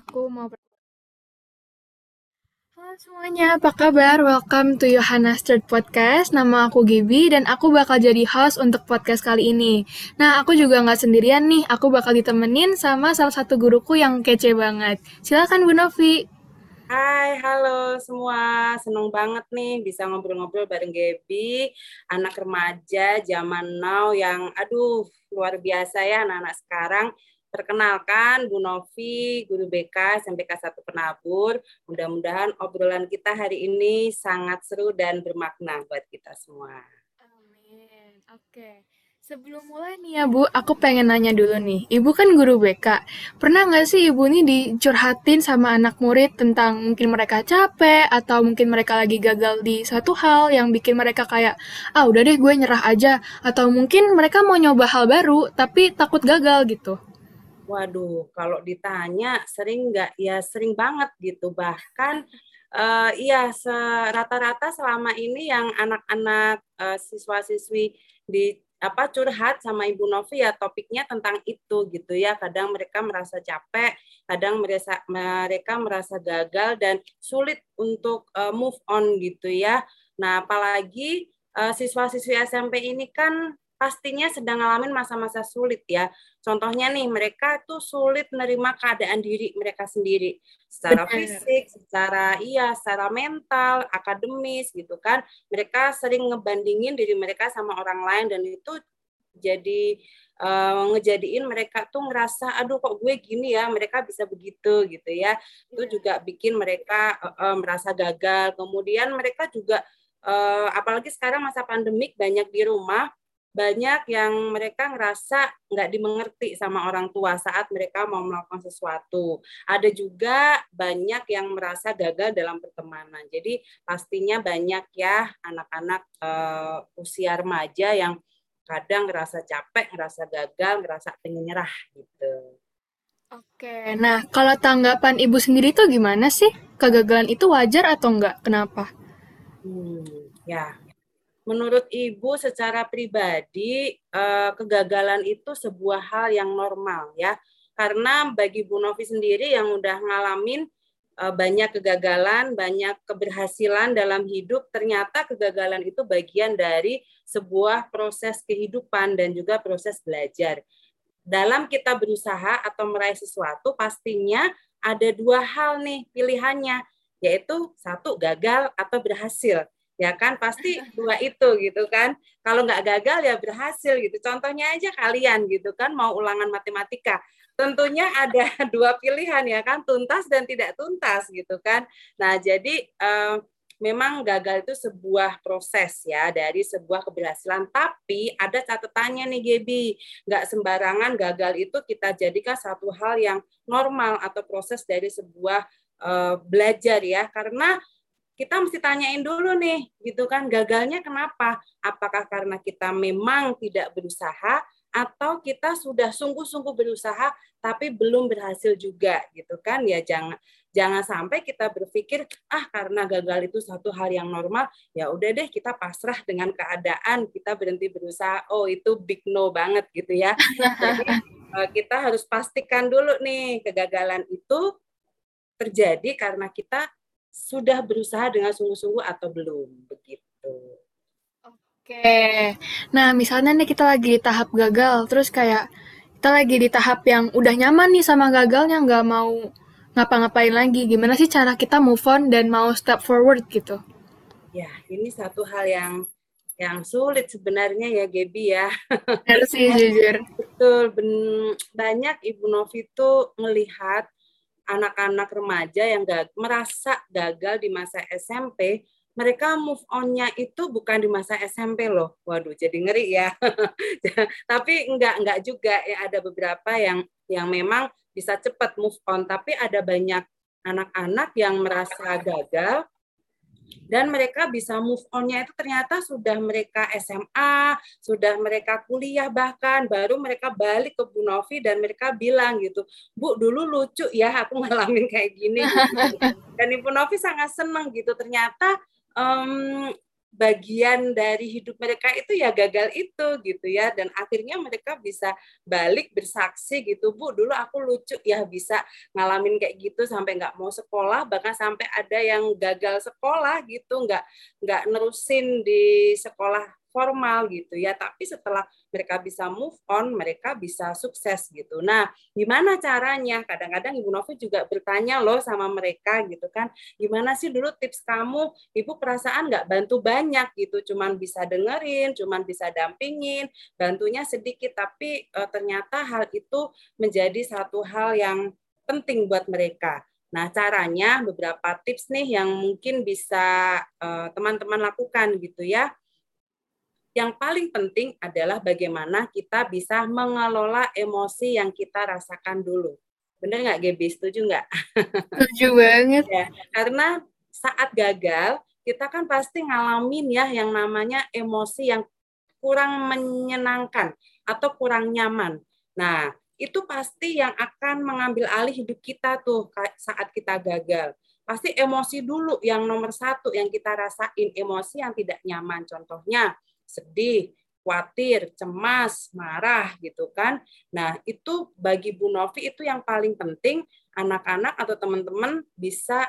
Aku mau Halo semuanya, apa kabar? Welcome to Yohana Third Podcast. Nama aku Gibi dan aku bakal jadi host untuk podcast kali ini. Nah, aku juga nggak sendirian nih. Aku bakal ditemenin sama salah satu guruku yang kece banget. Silakan Bu Novi. Hai, halo semua. Seneng banget nih bisa ngobrol-ngobrol bareng Gaby, anak remaja zaman now yang aduh luar biasa ya anak-anak sekarang. Perkenalkan Bu Novi, guru BK SMPK 1 Penabur. Mudah-mudahan obrolan kita hari ini sangat seru dan bermakna buat kita semua. Amin. Oke. Sebelum mulai nih ya Bu, aku pengen nanya dulu nih. Ibu kan guru BK. Pernah nggak sih Ibu nih dicurhatin sama anak murid tentang mungkin mereka capek atau mungkin mereka lagi gagal di satu hal yang bikin mereka kayak, ah udah deh gue nyerah aja. Atau mungkin mereka mau nyoba hal baru tapi takut gagal gitu. Waduh, kalau ditanya sering nggak? Ya sering banget gitu. Bahkan iya rata-rata selama ini yang anak-anak siswa-siswi di apa curhat sama Ibu Novi ya topiknya tentang itu gitu ya. Kadang mereka merasa capek, kadang mereka merasa gagal dan sulit untuk move on gitu ya. Nah, apalagi siswa-siswi SMP ini kan pastinya sedang ngalamin masa-masa sulit ya. Contohnya nih, mereka tuh sulit menerima keadaan diri mereka sendiri secara Benar. fisik, secara mental, akademis gitu kan. Mereka sering ngebandingin diri mereka sama orang lain dan itu jadi ngejadiin mereka tuh ngerasa aduh kok gue gini ya, mereka bisa begitu gitu ya. Itu Iya. juga bikin mereka merasa gagal. Kemudian mereka juga apalagi sekarang masa pandemik banyak di rumah, banyak yang mereka ngerasa nggak dimengerti sama orang tua saat mereka mau melakukan sesuatu. Ada juga banyak yang merasa gagal dalam pertemanan. Jadi pastinya banyak ya anak-anak usia remaja yang kadang ngerasa capek, ngerasa gagal, ngerasa pengen nyerah gitu. Oke, nah kalau tanggapan Ibu sendiri tuh gimana sih? Kegagalan itu wajar atau enggak? Kenapa? Ya, menurut Ibu secara pribadi, kegagalan itu sebuah hal yang normal ya. Karena bagi Bu Novi sendiri yang udah ngalamin banyak kegagalan, banyak keberhasilan dalam hidup, ternyata kegagalan itu bagian dari sebuah proses kehidupan dan juga proses belajar. Dalam kita berusaha atau meraih sesuatu, pastinya ada dua hal nih pilihannya, yaitu satu gagal atau berhasil. Ya kan, pasti dua itu gitu kan. Kalau nggak gagal ya berhasil gitu. Contohnya aja kalian gitu kan, mau ulangan matematika. Tentunya ada dua pilihan ya kan, tuntas dan tidak tuntas gitu kan. Nah, jadi memang gagal itu sebuah proses ya dari sebuah keberhasilan. Tapi ada catatannya nih Gebi, nggak sembarangan gagal itu kita jadikan satu hal yang normal atau proses dari sebuah belajar ya, karena kita mesti tanyain dulu nih gitu kan, gagalnya kenapa, apakah karena kita memang tidak berusaha atau kita sudah sungguh-sungguh berusaha tapi belum berhasil juga gitu kan ya. Jangan jangan sampai kita berpikir karena gagal itu satu hal yang normal, ya udah deh kita pasrah dengan keadaan, kita berhenti berusaha. Oh, itu big no banget gitu ya. Jadi kita harus pastikan dulu nih kegagalan itu terjadi karena kita sudah berusaha dengan sungguh-sungguh atau belum begitu. Oke. Nah, misalnya nih kita lagi di tahap gagal, terus kayak kita lagi di tahap yang udah nyaman nih sama gagalnya, nggak mau ngapa-ngapain lagi. Gimana sih cara kita move on dan mau step forward gitu? Ya, ini satu hal yang sulit sebenarnya ya Gebi ya. Bener sih, jujur. Betul, banyak Ibu Novi itu melihat anak-anak remaja yang merasa gagal di masa SMP, mereka move on-nya itu bukan di masa SMP loh. Waduh, jadi ngeri ya. Tapi enggak juga ya, ada beberapa yang memang bisa cepat move on, tapi ada banyak anak-anak yang merasa gagal dan mereka bisa move on-nya itu ternyata sudah mereka SMA, sudah mereka kuliah, bahkan baru mereka balik ke Bu Novi dan mereka bilang gitu, Bu dulu lucu ya aku ngalamin kayak gini gitu. Dan Ibu Novi sangat senang gitu, ternyata um, bagian dari hidup mereka itu ya gagal itu gitu ya, dan akhirnya mereka bisa balik bersaksi gitu, Bu dulu aku lucu ya bisa ngalamin kayak gitu sampai nggak mau sekolah, bahkan sampai ada yang gagal sekolah gitu, nggak nerusin di sekolah formal gitu ya, tapi setelah mereka bisa move on, mereka bisa sukses gitu. Nah, gimana caranya? Kadang-kadang Ibu Novi juga bertanya loh sama mereka gitu kan, gimana sih dulu tips kamu? Ibu perasaan nggak bantu banyak gitu, cuman bisa dengerin, cuman bisa dampingin, bantunya sedikit, tapi ternyata hal itu menjadi satu hal yang penting buat mereka. Nah, caranya beberapa tips nih yang mungkin bisa teman-teman lakukan gitu ya. Yang paling penting adalah bagaimana kita bisa mengelola emosi yang kita rasakan dulu. Benar nggak, Gaby? Setuju nggak? Setuju banget. Ya, karena saat gagal, kita kan pasti ngalamin ya yang namanya emosi yang kurang menyenangkan atau kurang nyaman. Nah, itu pasti yang akan mengambil alih hidup kita tuh saat kita gagal. Pasti emosi dulu yang nomor satu yang kita rasain, emosi yang tidak nyaman. Contohnya sedih, khawatir, cemas, marah gitu kan. Nah, itu bagi Bu Novi itu yang paling penting anak-anak atau teman-teman bisa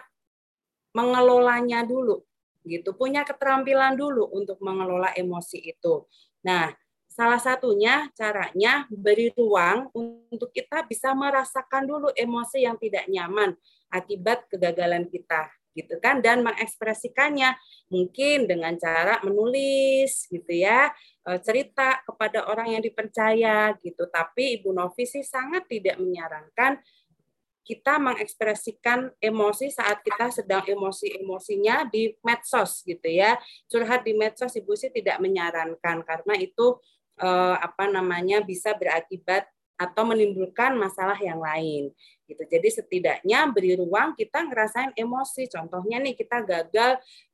mengelolanya dulu gitu, punya keterampilan dulu untuk mengelola emosi itu. Nah, salah satunya caranya beri ruang untuk kita bisa merasakan dulu emosi yang tidak nyaman akibat kegagalan kita gitu kan, dan mengekspresikannya mungkin dengan cara menulis gitu ya, cerita kepada orang yang dipercaya gitu. Tapi Ibu Novi sih sangat tidak menyarankan kita mengekspresikan emosi saat kita sedang emosi-emosinya di medsos gitu ya. Curhat di medsos Ibu sih tidak menyarankan karena itu apa namanya bisa berakibat atau menimbulkan masalah yang lain gitu. Jadi setidaknya beri ruang kita ngerasain emosi. Contohnya nih kita gagal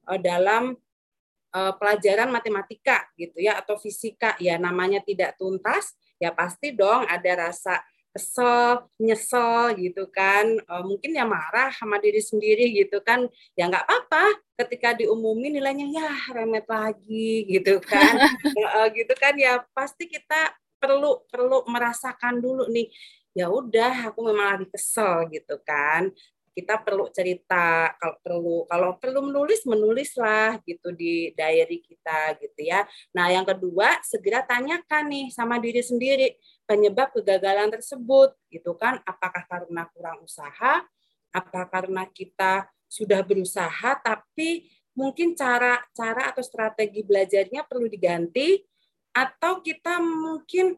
dalam pelajaran matematika gitu ya atau fisika, ya namanya tidak tuntas ya pasti dong ada rasa kesel, nyesel gitu kan, mungkin ya marah sama diri sendiri gitu kan, ya nggak apa-apa ketika diumumin nilainya ya remet lagi gitu kan, gitu kan ya pasti kita perlu perlu merasakan dulu nih, ya udah aku memang lagi kesel gitu kan, kita perlu cerita, kalau perlu menulislah gitu di diary kita gitu ya. Nah, yang kedua, segera tanyakan nih sama diri sendiri penyebab kegagalan tersebut gitu kan, apakah karena kurang usaha, apa karena kita sudah berusaha tapi mungkin cara atau strategi belajarnya perlu diganti, atau kita mungkin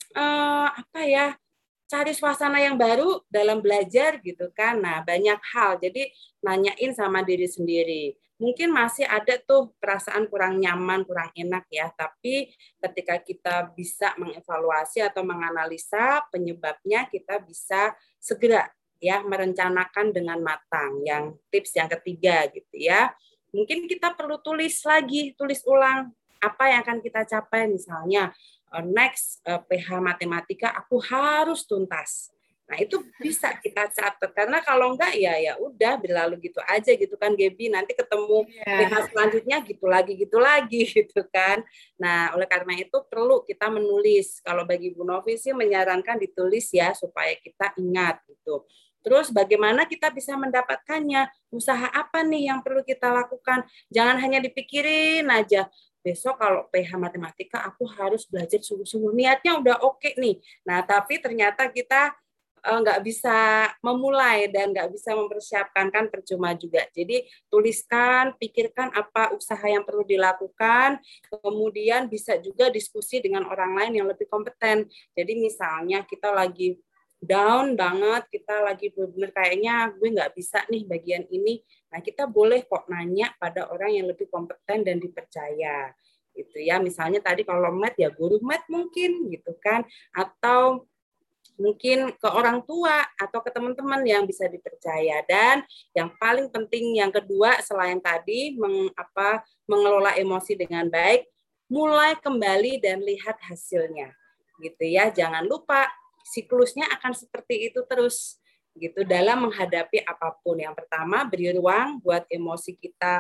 apa ya, cari suasana yang baru dalam belajar gitu kan. Nah, banyak hal. Jadi nanyain sama diri sendiri. Mungkin masih ada tuh perasaan kurang nyaman, kurang enak ya, tapi ketika kita bisa mengevaluasi atau menganalisa penyebabnya, kita bisa segera ya merencanakan dengan matang. Yang tips yang ketiga gitu ya. Mungkin kita perlu tulis lagi, tulis ulang apa yang akan kita capai, misalnya next PH matematika aku harus tuntas. Nah, itu bisa kita catat karena kalau enggak ya udah berlalu gitu aja gitu kan, Gaby, nanti ketemu Iya. PH selanjutnya gitu lagi gitu kan. Nah, oleh karena itu perlu kita menulis. Kalau bagi Bu Novi sih menyarankan ditulis ya supaya kita ingat gitu. Terus bagaimana kita bisa mendapatkannya? Usaha apa nih yang perlu kita lakukan? Jangan hanya dipikirin aja, besok kalau PH matematika aku harus belajar sungguh-sungguh. Niatnya udah oke nih. Nah, tapi ternyata kita nggak bisa memulai dan nggak bisa mempersiapkan, kan percuma juga. Jadi tuliskan, pikirkan apa usaha yang perlu dilakukan, kemudian bisa juga diskusi dengan orang lain yang lebih kompeten. Jadi misalnya kita lagi down banget, kita lagi benar-benar kayaknya gue nggak bisa nih bagian ini. Nah, kita boleh kok nanya pada orang yang lebih kompeten dan dipercaya. Gitu ya. Misalnya tadi kalau math ya guru math mungkin gitu kan, atau mungkin ke orang tua atau ke teman-teman yang bisa dipercaya. Dan yang paling penting yang kedua selain tadi mengelola emosi dengan baik, mulai kembali dan lihat hasilnya. Gitu ya. Jangan lupa siklusnya akan seperti itu terus gitu dalam menghadapi apapun. Yang pertama, beri ruang buat emosi kita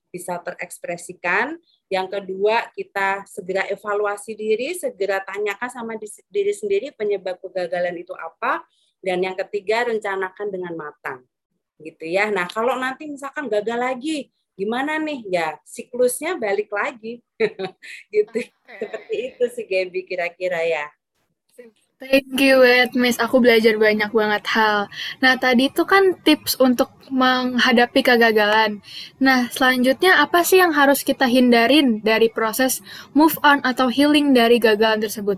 bisa terekspresikan. Yang kedua, kita segera evaluasi diri, segera tanyakan sama diri sendiri penyebab kegagalan itu apa. Dan yang ketiga, rencanakan dengan matang. Gitu ya. Nah, kalau nanti misalkan gagal lagi, gimana nih? Ya, siklusnya balik lagi. Gitu. Seperti itu sih Gaby kira-kira ya. Thank you, Wet, Miss. Aku belajar banyak banget hal. Nah, tadi itu kan tips untuk menghadapi kegagalan. Nah, selanjutnya apa sih yang harus kita hindarin dari proses move on atau healing dari gagalan tersebut?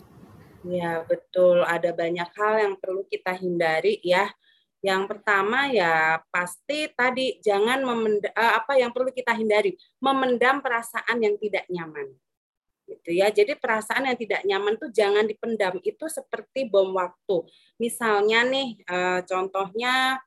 Ya, betul. Ada banyak hal yang perlu kita hindari ya. Yang pertama ya pasti tadi jangan apa yang perlu kita hindari, memendam perasaan yang tidak nyaman. Gitu ya. Jadi perasaan yang tidak nyaman tuh jangan dipendam. Itu seperti bom waktu. Misalnya nih contohnya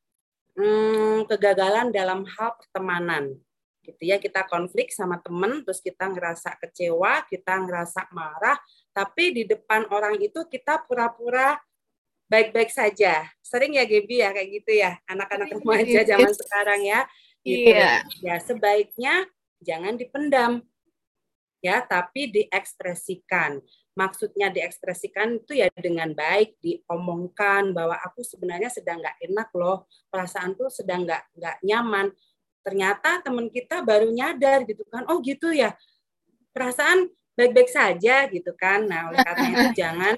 kegagalan dalam hal pertemanan. Gitu ya, kita konflik sama teman, terus kita ngerasa kecewa, kita ngerasa marah, tapi di depan orang itu kita pura-pura baik-baik saja. Sering ya Gaby ya kayak gitu ya, anak-anak Sering remaja sih, zaman Miss. sekarang ya, gitu. Iya. Ya sebaiknya jangan dipendam ya, tapi diekspresikan. Maksudnya diekspresikan itu ya dengan baik, diomongkan bahwa aku sebenarnya sedang nggak enak loh, perasaan tuh sedang nggak nyaman. Ternyata teman kita baru nyadar gitu kan, oh gitu ya, perasaan baik-baik saja gitu kan. Nah oleh karena itu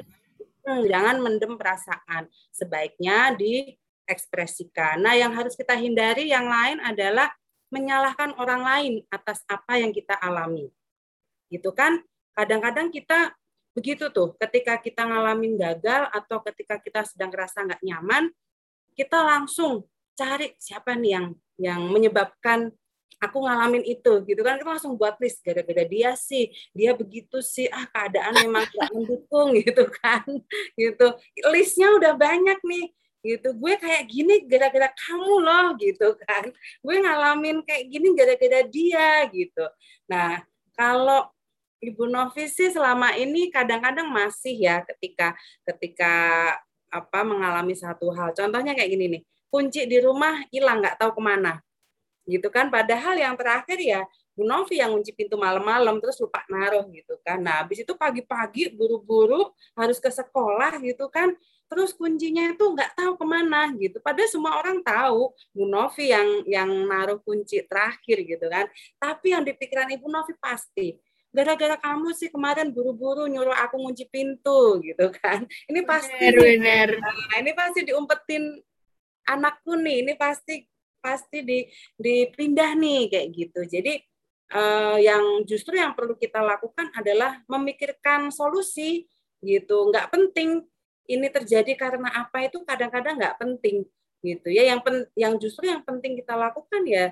jangan mendem perasaan, sebaiknya diekspresikan. Nah yang harus kita hindari yang lain adalah menyalahkan orang lain atas apa yang kita alami. Gitu kan, kadang-kadang kita begitu tuh, ketika kita ngalamin gagal atau ketika kita sedang ngerasa nggak nyaman, kita langsung cari siapa nih yang menyebabkan aku ngalamin itu gitu kan, kita langsung buat list gara-gara dia sih, dia begitu sih, keadaan memang tidak mendukung gitu kan, gitu. Listnya udah banyak nih, gitu. Gue kayak gini gara-gara kamu loh gitu kan, gue ngalamin kayak gini gara-gara dia gitu. Nah kalau Ibu Novi sih selama ini kadang-kadang masih ya ketika ketika apa mengalami satu hal. Contohnya kayak gini nih, kunci di rumah hilang nggak tahu kemana, gitu kan. Padahal yang terakhir ya Bu Novi yang kunci pintu malam-malam terus lupa naruh gitu kan. Nah habis itu pagi-pagi buru-buru harus ke sekolah gitu kan. Terus kuncinya itu nggak tahu kemana gitu. Padahal semua orang tahu Bu Novi yang naruh kunci terakhir gitu kan. Tapi yang di pikiran Ibu Novi pasti gara-gara kamu sih kemarin buru-buru nyuruh aku ngunci pintu gitu kan. Ini pasti nih, Benar-benar. ini pasti diumpetin anakku nih, ini pasti pasti dipindah nih kayak gitu. Jadi yang justru yang perlu kita lakukan adalah memikirkan solusi gitu. Nggak penting ini terjadi karena apa, itu kadang-kadang nggak penting gitu ya. Yang justru yang penting kita lakukan ya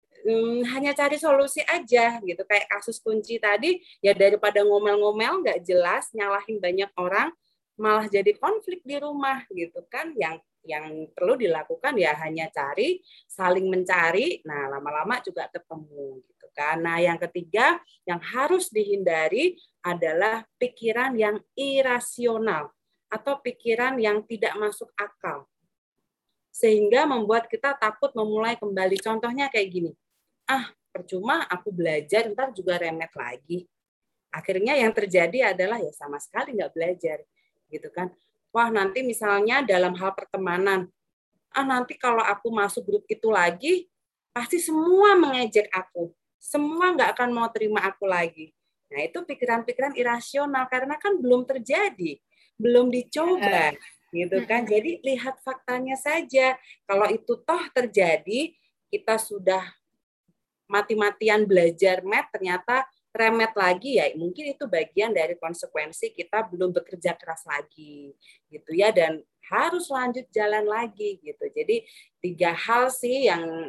hanya cari solusi aja gitu. Kayak kasus kunci tadi ya, daripada ngomel-ngomel nggak jelas nyalahin banyak orang malah jadi konflik di rumah gitu kan. Yang perlu dilakukan ya hanya saling mencari, nah lama-lama juga ketemu gitu kan. Nah yang ketiga yang harus dihindari adalah pikiran yang irasional atau pikiran yang tidak masuk akal, sehingga membuat kita takut memulai kembali. Contohnya kayak gini, percuma aku belajar, ntar juga remet lagi. Akhirnya yang terjadi adalah ya sama sekali nggak belajar, gitu kan. Wah nanti misalnya dalam hal pertemanan, nanti kalau aku masuk grup itu lagi, pasti semua mengejek aku, semua nggak akan mau terima aku lagi. Nah itu pikiran-pikiran irasional karena kan belum terjadi, belum dicoba, gitu kan. Jadi lihat faktanya saja. Kalau itu toh terjadi, kita sudah mati-matian belajar math ternyata remet lagi, ya mungkin itu bagian dari konsekuensi kita belum bekerja keras lagi gitu ya, dan harus lanjut jalan lagi gitu. Jadi 3 hal sih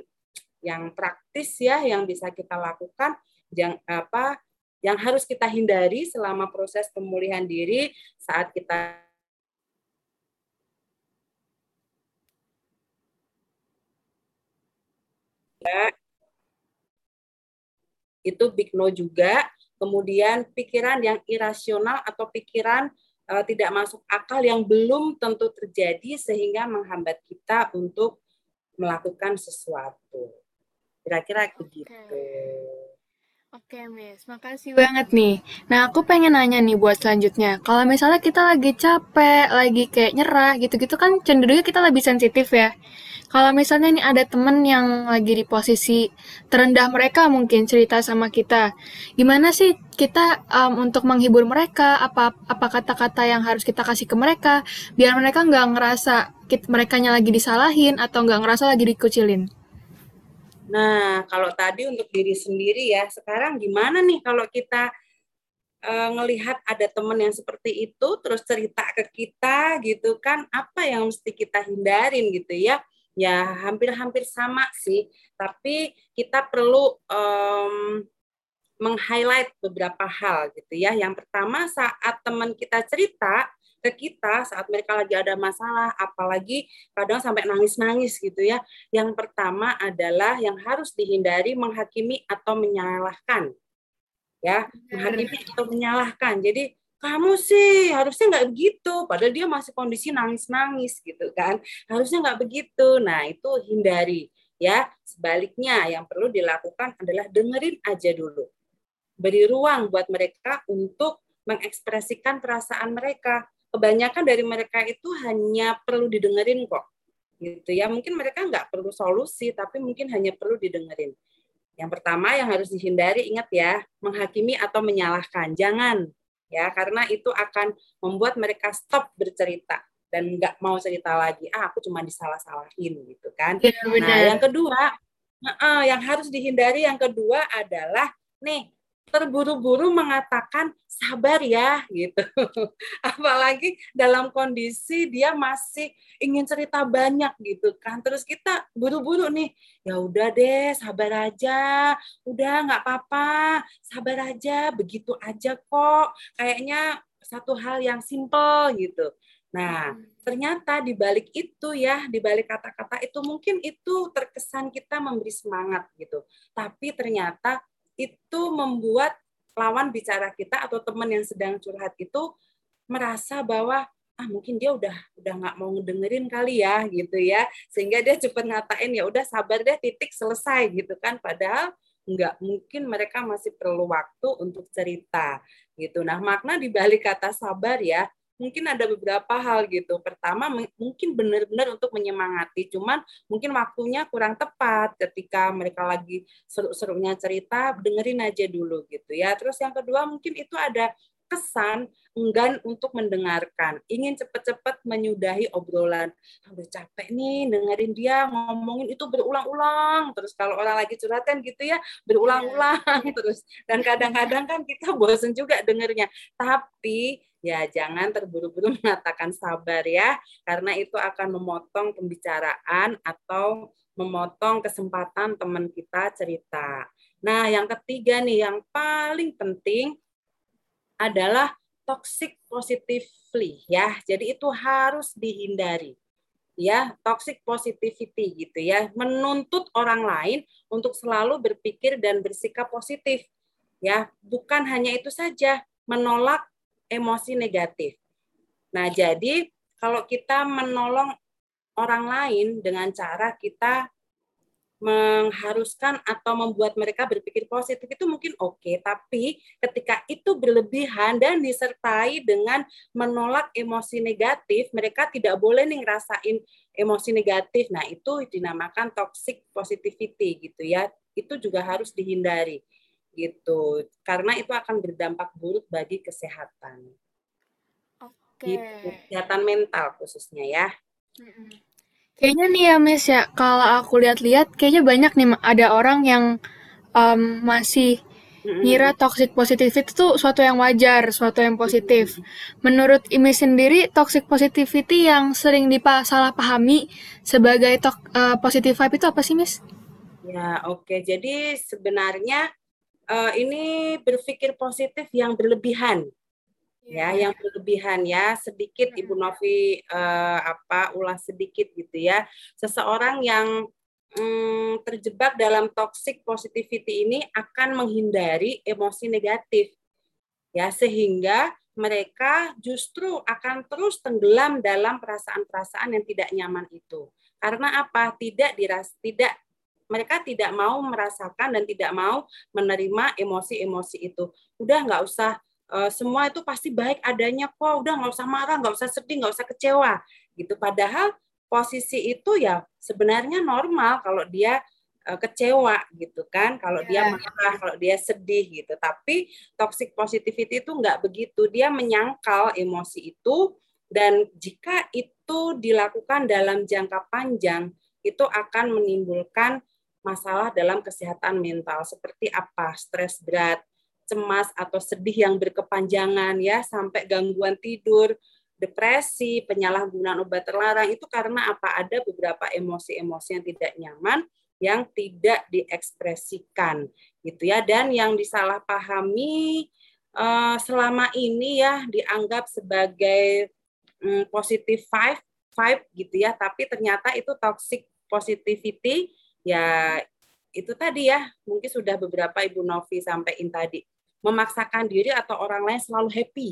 yang praktis ya yang bisa kita lakukan, yang harus kita hindari selama proses pemulihan diri saat kita itu big no juga. Kemudian pikiran yang irasional atau pikiran tidak masuk akal yang belum tentu terjadi sehingga menghambat kita untuk melakukan sesuatu. Kira-kira Oke. begitu. Oke, Miss. Makasih banget nih. Nah, aku pengen nanya nih buat selanjutnya. Kalau misalnya kita lagi capek, lagi kayak nyerah gitu-gitu kan cenderungnya kita lebih sensitif ya. Kalau misalnya nih ada temen yang lagi di posisi terendah mereka mungkin cerita sama kita. Gimana sih kita untuk menghibur mereka? Apa kata-kata yang harus kita kasih ke mereka biar mereka nggak ngerasa merekanya lagi disalahin atau nggak ngerasa lagi dikucilin? Nah, kalau tadi untuk diri sendiri ya, sekarang gimana nih kalau kita ngelihat ada teman yang seperti itu, terus cerita ke kita gitu kan, apa yang mesti kita hindarin gitu ya? Ya hampir-hampir sama sih, tapi kita perlu meng-highlight beberapa hal gitu ya. Yang pertama saat teman kita cerita ke kita saat mereka lagi ada masalah, apalagi kadang sampai nangis-nangis gitu ya. Yang pertama adalah yang harus dihindari menghakimi atau menyalahkan ya, menghakimi atau menyalahkan. Jadi kamu sih harusnya nggak begitu, padahal dia masih kondisi nangis-nangis gitu kan. Harusnya nggak begitu. Nah itu hindari ya. Sebaliknya yang perlu dilakukan adalah dengerin aja dulu, beri ruang buat mereka untuk mengekspresikan perasaan mereka. Kebanyakan dari mereka itu hanya perlu didengerin kok, gitu ya. Mungkin mereka nggak perlu solusi, tapi mungkin hanya perlu didengerin. Yang pertama yang harus dihindari, ingat ya, menghakimi atau menyalahkan. Jangan, ya, karena itu akan membuat mereka stop bercerita dan nggak mau cerita lagi. Aku cuma disalah-salahin gitu kan. Iya, Nah, benar. yang kedua, yang harus dihindari yang kedua adalah nih terburu-buru mengatakan sabar ya gitu. Apalagi dalam kondisi dia masih ingin cerita banyak gitu kan. Terus kita buru-buru nih, ya udah deh sabar aja, udah nggak apa-apa, sabar aja, begitu aja kok. Kayaknya satu hal yang simple gitu. Nah, ternyata di balik itu ya, di balik kata-kata itu mungkin itu terkesan kita memberi semangat gitu. Tapi ternyata itu membuat lawan bicara kita atau teman yang sedang curhat itu merasa bahwa mungkin dia udah nggak mau ngedengerin kali ya gitu ya, sehingga dia cepet ngatain ya udah sabar deh titik selesai gitu kan, padahal nggak, mungkin mereka masih perlu waktu untuk cerita gitu. Nah makna di balik kata sabar ya mungkin ada beberapa hal gitu. Pertama mungkin benar-benar untuk menyemangati, cuman mungkin waktunya kurang tepat ketika mereka lagi seru-serunya cerita, dengerin aja dulu gitu ya. Terus yang kedua mungkin itu ada kesan enggan untuk mendengarkan, ingin cepat-cepat menyudahi obrolan. Udah capek nih dengerin dia ngomongin itu berulang-ulang. Terus kalau orang lagi curhat kan gitu ya, Iya. berulang-ulang terus. Dan kadang-kadang kan kita bosen juga dengernya. Tapi ya jangan terburu-buru mengatakan sabar ya, karena itu akan memotong pembicaraan atau memotong kesempatan teman kita cerita. Nah, yang ketiga nih, yang paling penting adalah toxic positively ya. Jadi itu harus dihindari ya, toxic positivity gitu ya. Menuntut orang lain untuk selalu berpikir dan bersikap positif ya. Bukan hanya itu saja, menolak emosi negatif. Nah, jadi kalau kita menolong orang lain dengan cara kita mengharuskan atau membuat mereka berpikir positif itu mungkin oke, tapi ketika itu berlebihan dan disertai dengan menolak emosi negatif, mereka tidak boleh nih ngerasain emosi negatif. Nah, itu dinamakan toxic positivity gitu ya. Itu juga harus dihindari gitu. Karena itu akan berdampak buruk bagi kesehatan. Oke. Gitu, kesehatan mental khususnya ya. Mm-mm. Kayaknya nih ya, Miss ya, kalau aku lihat-lihat, kayaknya banyak nih ada orang yang masih ngira toxic positivity itu suatu yang wajar, suatu yang positif. Menurut Imi sendiri, toxic positivity yang sering salah pahami sebagai positive vibe itu apa sih, Miss? Ya, oke. Jadi sebenarnya ini berpikir positif yang berlebihan, ya, Iya. yang berlebihan ya. Sedikit Ibu Novi ulas sedikit gitu ya. Seseorang yang terjebak dalam toxic positivity ini akan menghindari emosi negatif, ya, sehingga mereka justru akan terus tenggelam dalam perasaan-perasaan yang tidak nyaman itu. Karena apa? Tidak mereka tidak mau merasakan dan tidak mau menerima emosi-emosi itu. Udah nggak usah semua itu pasti baik adanya kok. Udah nggak usah marah, nggak usah sedih, nggak usah kecewa gitu. Padahal posisi itu ya sebenarnya normal kalau dia kecewa gitu kan, kalau dia Ya. marah, kalau dia sedih gitu. Tapi toxic positivity itu nggak begitu. Dia menyangkal emosi itu dan jika itu dilakukan dalam jangka panjang itu akan menimbulkan masalah dalam kesehatan mental seperti apa? Stres berat, cemas atau sedih yang berkepanjangan ya sampai gangguan tidur, depresi, penyalahgunaan obat terlarang itu karena apa? Ada beberapa emosi-emosi yang tidak nyaman yang tidak diekspresikan gitu ya dan yang disalahpahami selama ini ya dianggap sebagai positive vibe gitu ya tapi ternyata itu toxic positivity ya itu tadi ya mungkin sudah beberapa Ibu Novi sampaikan tadi memaksakan diri atau orang lain selalu happy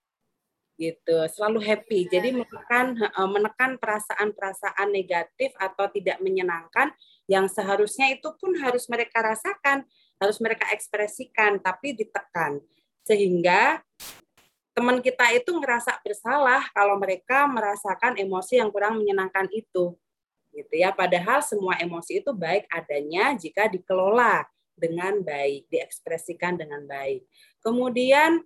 gitu selalu happy jadi menekan perasaan-perasaan negatif atau tidak menyenangkan yang seharusnya itu pun harus mereka rasakan harus mereka ekspresikan tapi ditekan sehingga teman kita itu ngerasa bersalah kalau mereka merasakan emosi yang kurang menyenangkan itu gitu ya padahal semua emosi itu baik adanya jika dikelola dengan baik diekspresikan dengan baik kemudian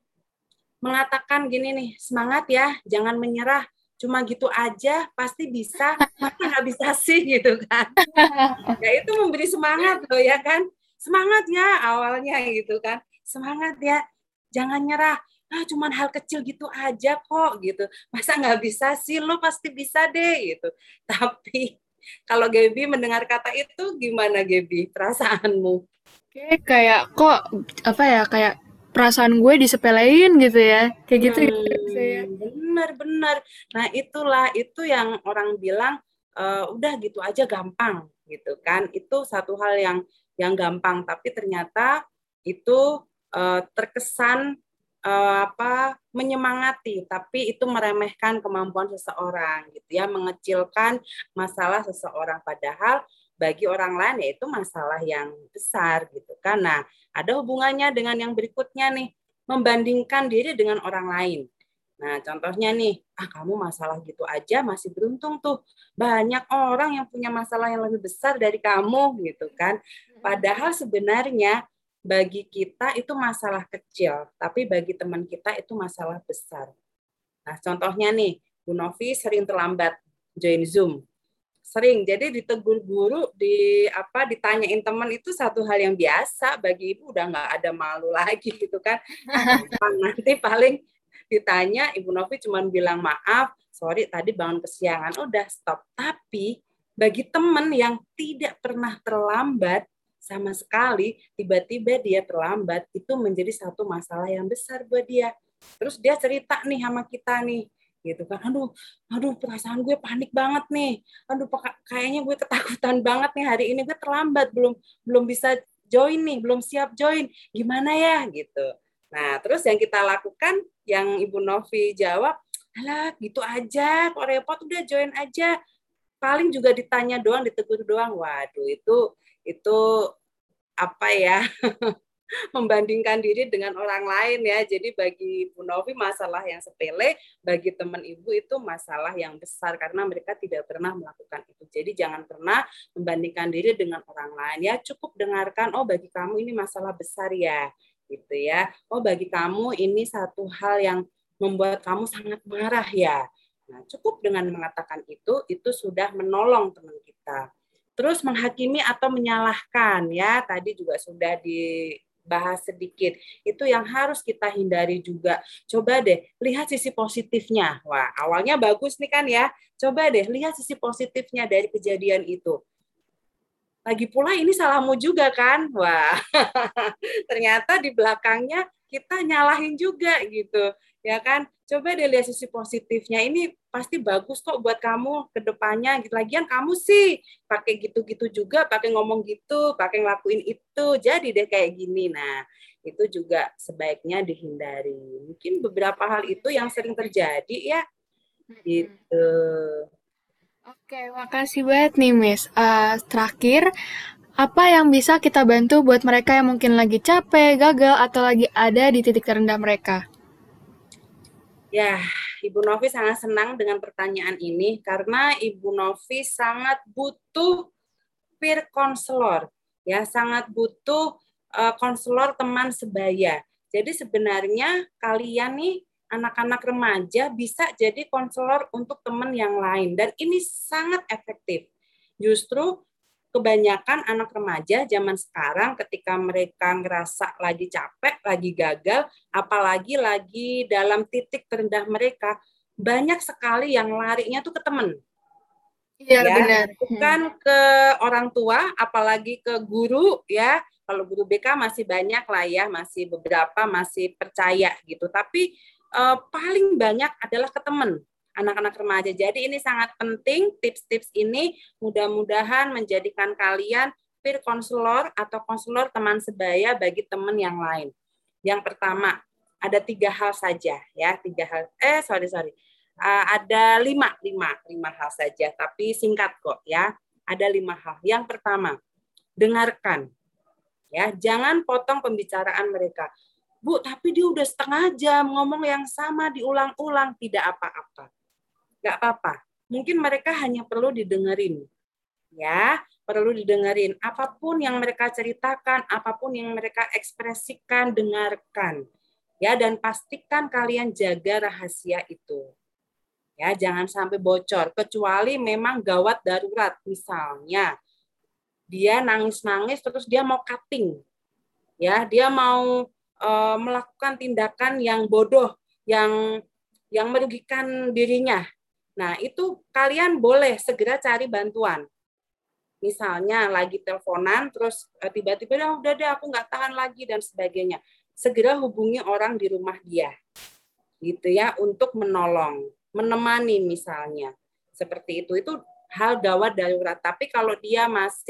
mengatakan gini nih semangat ya jangan menyerah cuma gitu aja pasti bisa masa nggak bisa sih gitu kan ya itu memberi semangat loh ya kan semangat ya awalnya gitu kan semangat ya jangan nyerah cuman hal kecil gitu aja kok gitu masa nggak bisa sih lo pasti bisa deh gitu tapi kalau Gaby mendengar kata itu gimana Gaby perasaanmu Kayak kok apa ya kayak perasaan gue disepelein gitu ya. Kayak gitu gitu saya. benar-benar. Nah, itulah itu yang orang bilang udah gitu aja gampang gitu kan. Itu satu hal yang gampang, tapi ternyata itu terkesan apa menyemangati, tapi itu meremehkan kemampuan seseorang gitu ya, mengecilkan masalah seseorang padahal bagi orang lain ya itu masalah yang besar gitu kan. Nah, ada hubungannya dengan yang berikutnya nih membandingkan diri dengan orang lain. Nah, contohnya nih, kamu masalah gitu aja masih beruntung tuh. Banyak orang yang punya masalah yang lebih besar dari kamu gitu kan. Padahal sebenarnya bagi kita itu masalah kecil, tapi bagi teman kita itu masalah besar. Nah, contohnya nih, Bu Novi sering terlambat join Zoom sering jadi ditegur guru ditanyain teman itu satu hal yang biasa bagi ibu udah nggak ada malu lagi gitu kan gampang nanti paling ditanya Ibu Novi cuma bilang maaf sorry tadi bangun kesiangan udah stop tapi bagi teman yang tidak pernah terlambat sama sekali tiba-tiba dia terlambat itu menjadi satu masalah yang besar buat dia terus dia cerita nih sama kita nih gitu kan aduh perasaan gue panik banget nih aduh kayaknya gue ketakutan banget nih hari ini gue terlambat belum belum bisa join nih belum siap join gimana ya gitu nah terus yang kita lakukan yang Ibu Novi jawab alah gitu aja kok repot udah join aja paling juga ditanya doang ditegur doang waduh itu apa ya membandingkan diri dengan orang lain ya. Jadi bagi Bu Novi masalah yang sepele, bagi teman ibu itu masalah yang besar karena mereka tidak pernah melakukan itu. Jadi jangan pernah membandingkan diri dengan orang lain ya. Cukup dengarkan, oh bagi kamu ini masalah besar ya, gitu ya. Oh bagi kamu ini satu hal yang membuat kamu sangat marah ya. Nah, cukup dengan mengatakan itu sudah menolong teman kita. Terus menghakimi atau menyalahkan ya, tadi juga sudah bahas sedikit. Itu yang harus kita hindari juga. Coba deh, lihat sisi positifnya. Wah, awalnya bagus nih kan ya. Coba deh, lihat sisi positifnya dari kejadian itu. Lagi pula ini salahmu juga kan? Wah, ternyata di belakangnya kita nyalahin juga gitu. Ya kan? Coba deh lihat sisi positifnya. Ini pasti bagus kok buat kamu ke depannya. Lagian kamu sih pakai gitu-gitu juga, pakai ngomong gitu, pakai ngelakuin itu. Jadi deh kayak gini. Nah, itu juga sebaiknya dihindari. Mungkin beberapa hal itu yang sering terjadi ya. Gitu. Oke, makasih banget nih, Miss. Terakhir, Apa yang bisa kita bantu buat mereka yang mungkin lagi capek, gagal, atau lagi ada di titik terendah mereka? Ya, Ibu Novi sangat senang dengan pertanyaan ini karena Ibu Novi sangat butuh peer counselor, ya, sangat butuh konselor teman sebaya. Jadi sebenarnya kalian nih anak-anak remaja bisa jadi konselor untuk teman yang lain dan ini sangat efektif. Justru kebanyakan anak remaja zaman sekarang ketika mereka ngerasa lagi capek, lagi gagal, apalagi lagi dalam titik terendah mereka, banyak sekali yang larinya tuh ke teman, Iya, ya, benar. bukan ke orang tua, apalagi ke guru, ya. Kalau guru BK masih banyak lah ya, masih beberapa masih percaya gitu. Tapi paling banyak adalah ke teman anak-anak remaja. Jadi ini sangat penting tips-tips ini mudah-mudahan menjadikan kalian peer counselor atau konselor teman sebaya bagi teman yang lain. Yang pertama, ada 3 hal saja ya, 3 hal. Sorry ada lima hal saja, tapi singkat kok ya. Ada 5 hal. Yang pertama, dengarkan. Ya, jangan potong pembicaraan mereka. Bu, tapi dia udah setengah jam ngomong yang sama diulang-ulang, tidak apa-apa. Nggak apa-apa. Mungkin mereka hanya perlu didengerin. Ya, perlu didengerin. Apapun yang mereka ceritakan, apapun yang mereka ekspresikan, dengarkan. Ya, dan pastikan kalian jaga rahasia itu. Ya, jangan sampai bocor kecuali memang gawat darurat. Misalnya dia nangis-nangis terus dia mau cutting. Ya, dia mau melakukan tindakan yang bodoh, yang merugikan dirinya. Nah, itu kalian boleh segera cari bantuan. Misalnya lagi teleponan terus tiba-tiba udah deh aku nggak tahan lagi dan sebagainya. Segera hubungi orang di rumah dia gitu ya untuk menolong, menemani misalnya. Seperti itu hal gawat darurat. Tapi kalau dia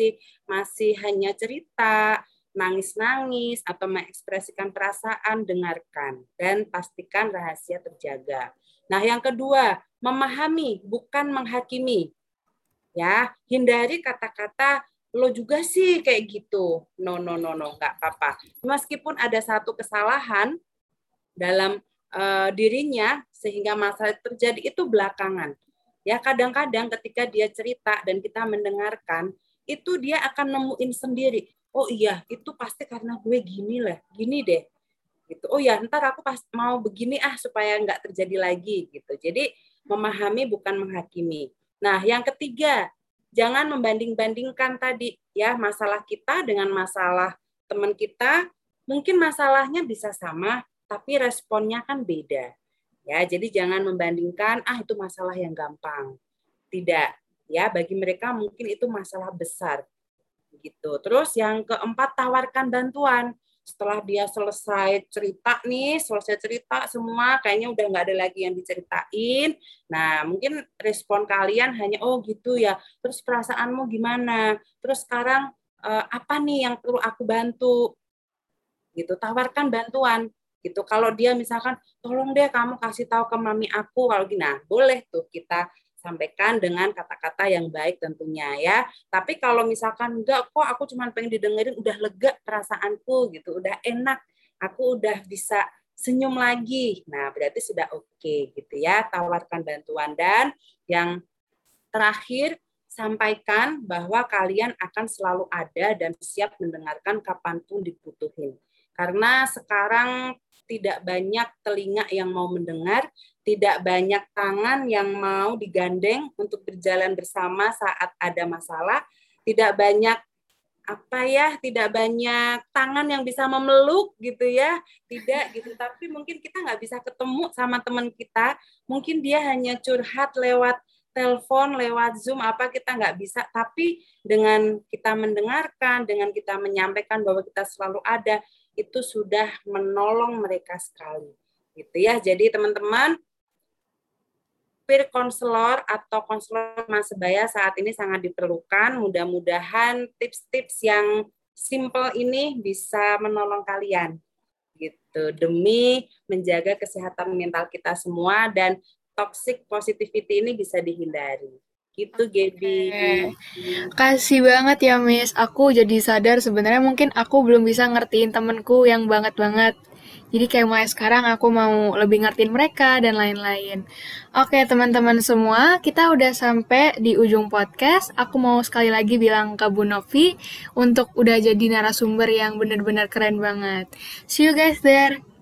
masih hanya cerita, nangis-nangis atau mengekspresikan perasaan, dengarkan dan pastikan rahasia terjaga. Nah, yang kedua, memahami bukan menghakimi. Ya, hindari kata-kata lo juga sih kayak gitu. No, no, no, no, nggak apa-apa. Meskipun ada satu kesalahan dalam dirinya sehingga masalah terjadi itu belakangan. Ya kadang-kadang ketika dia cerita dan kita mendengarkan, itu dia akan nemuin sendiri. Oh iya, itu pasti karena gue gini lah, gini deh. Gitu. Oh ya, ntar aku pas mau begini supaya nggak terjadi lagi gitu. Jadi memahami bukan menghakimi. Nah, yang ketiga, jangan membanding-bandingkan tadi ya masalah kita dengan masalah teman kita. Mungkin masalahnya bisa sama, tapi responnya kan beda. Ya, jadi jangan membandingkan itu masalah yang gampang. Tidak. Ya, bagi mereka mungkin itu masalah besar gitu. Terus yang keempat, tawarkan bantuan. Setelah dia selesai cerita semua, kayaknya udah nggak ada lagi yang diceritain. Nah, mungkin respon kalian hanya, oh gitu ya, terus perasaanmu gimana? Terus sekarang apa nih yang perlu aku bantu? Gitu, tawarkan bantuan. Gitu. Kalau dia misalkan, tolong deh kamu kasih tahu ke mami aku, kalau gini, nah boleh tuh kita sampaikan dengan kata-kata yang baik tentunya ya. Tapi kalau misalkan enggak kok aku cuma pengen didengerin udah lega perasaanku gitu, udah enak, aku udah bisa senyum lagi. Nah, berarti sudah oke gitu ya, tawarkan bantuan dan yang terakhir sampaikan bahwa kalian akan selalu ada dan siap mendengarkan kapanpun dibutuhin. Karena sekarang tidak banyak telinga yang mau mendengar, tidak banyak tangan yang mau digandeng untuk berjalan bersama saat ada masalah, tidak banyak tidak banyak tangan yang bisa memeluk gitu ya, tidak gitu. Tapi mungkin kita nggak bisa ketemu sama teman kita, mungkin dia hanya curhat lewat telepon, lewat Zoom kita nggak bisa. Tapi dengan kita mendengarkan, dengan kita menyampaikan bahwa kita selalu ada, itu sudah menolong mereka sekali. Gitu ya. Jadi teman-teman, peer counselor atau konselor mas sebaya saat ini sangat diperlukan. Mudah-mudahan tips-tips yang simple ini bisa menolong kalian gitu demi menjaga kesehatan mental kita semua dan toxic positivity ini bisa dihindari. Gitu, Gaby. Oke. Kasih banget ya, Miss. Aku jadi sadar sebenarnya mungkin aku belum bisa ngertiin temenku yang banget-banget. Jadi kayak mulai sekarang aku mau lebih ngertiin mereka dan lain-lain. Oke, teman-teman semua, kita udah sampai di ujung podcast. Aku mau sekali lagi bilang ke Bu Novi untuk udah jadi narasumber yang bener-bener keren banget. See you guys there.